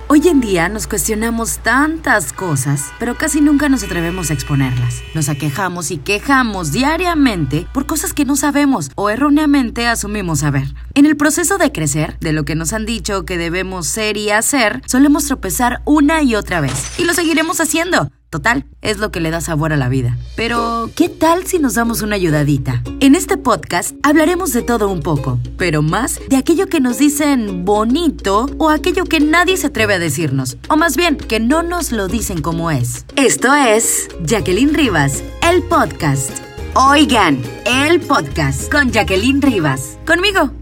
Hoy en día nos cuestionamos tantas cosas, pero casi nunca nos atrevemos a exponerlas. Nos aquejamos y quejamos diariamente por cosas que no sabemos o erróneamente asumimos saber. En el proceso de crecer, de lo que nos han dicho que debemos ser y hacer, solemos tropezar una y otra vez. Y lo seguiremos haciendo. Total, es lo que le da sabor a la vida. Pero, ¿qué tal si nos damos una ayudadita? En este podcast hablaremos de todo un poco, pero más de aquello que nos dicen bonito o aquello que nadie se atreve a decirnos, o más bien, que no nos lo dicen como es. Esto es Jacqueline Rivas, el podcast. Oigan, el podcast con Jacqueline Rivas. Conmigo,